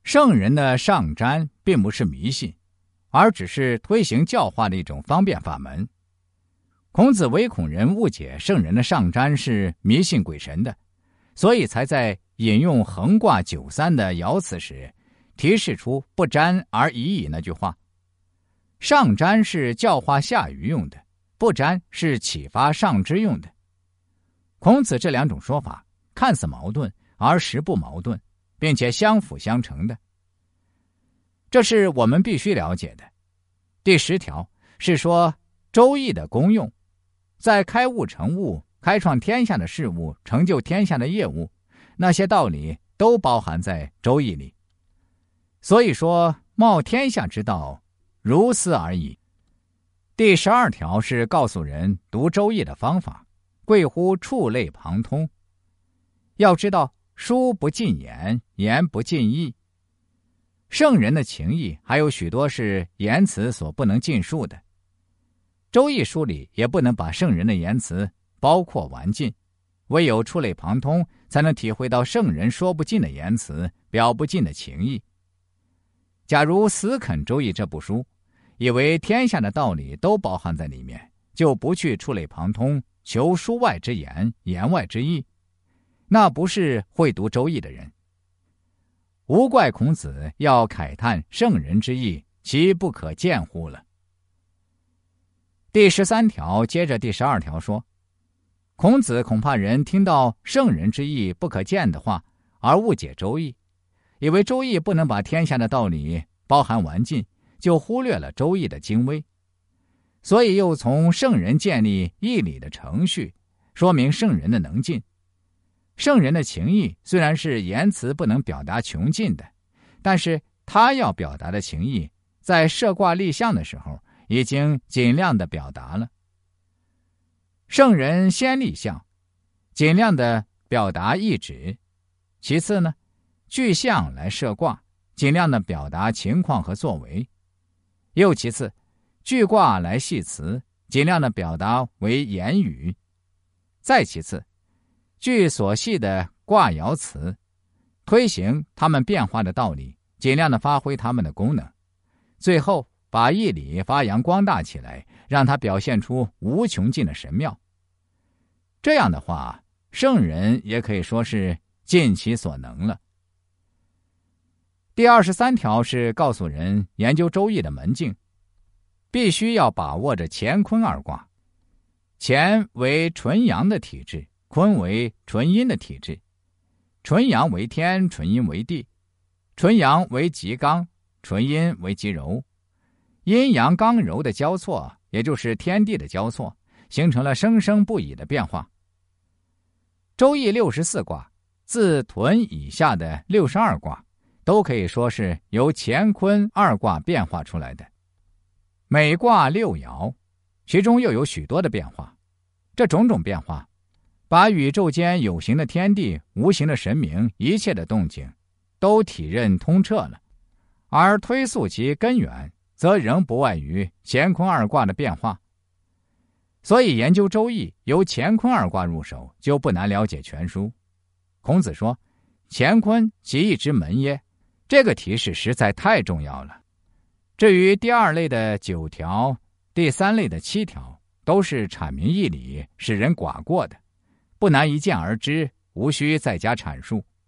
圣人的上瞻并不是迷信，而只是推行教化的一种方便法门。孔子唯恐人误解圣人的上瞻是迷信鬼神的，所以才在引用横卦93的爻辞时，提示出不瞻而已矣那句话。上瞻是教化下愚用的，不瞻是启发上知用的。孔子这两种说法看似矛盾，而实不矛盾，并且相辅相成的。这是我们必须了解的。第10条是说周易的功用，在开物成物、开创天下的事物、成就天下的业务，那些道理都包含在周易里。所以说冒天下之道，如斯而已。第12条是告诉人读周易的方法，贵乎触类旁通。要知道书不尽言，言不尽意。圣人的情意还有许多是言辞所不能尽述的，周易书里也不能把圣人的言辞包括完尽，唯有触类旁通，才能体会到圣人说不尽的言辞，表不尽的情意。假如死啃周易这部书，以为天下的道理都包含在里面，就不去触类旁通，求书外之言，言外之意，那不是会读周易的人。无怪孔子要慨叹圣人之意，其不可见乎了。第13条接着第12条说，孔子恐怕人听到圣人之意不可见的话，而误解周易，以为周易不能把天下的道理包含完尽，就忽略了周易的精微。所以又从圣人建立义理的程序，说明圣人的能尽。圣人的情意虽然是言辞不能表达穷尽的，但是他要表达的情意，在设卦立象的时候已经尽量的表达了。圣人先立象，尽量的表达意旨；其次呢，据象来设卦，尽量的表达情况和作为；又其次，据卦来系辞，尽量的表达为言语；再其次，据所系的卦爻辞，推行它们变化的道理，尽量的发挥它们的功能；最后把义理发扬光大起来，让它表现出无穷尽的神妙。这样的话，圣人也可以说是尽其所能了。第23条是告诉人研究周易的门径，必须要把握着乾坤二卦。乾为纯阳的体质，坤为纯阴的体质。纯阳为天，纯阴为地。纯阳为极刚，纯阴为极柔。阴阳刚柔的交错，也就是天地的交错，形成了生生不已的变化。周易64卦，自屯以下的62卦，都可以说是由乾坤二卦变化出来的。每卦6爻，其中又有许多的变化。这种种变化，把宇宙间有形的天地、无形的神明一切的动静，都体认通彻了。而推溯其根源，则仍不外于乾坤二卦的变化。所以研究周易，由乾坤二卦入手，就不难了解全书。孔子说，乾坤即义之门耶，这个提示实在太重要了。至于第2类的9条，第3类的7条，都是阐明义理，使人寡过的，不难一见而知，无需再加阐述。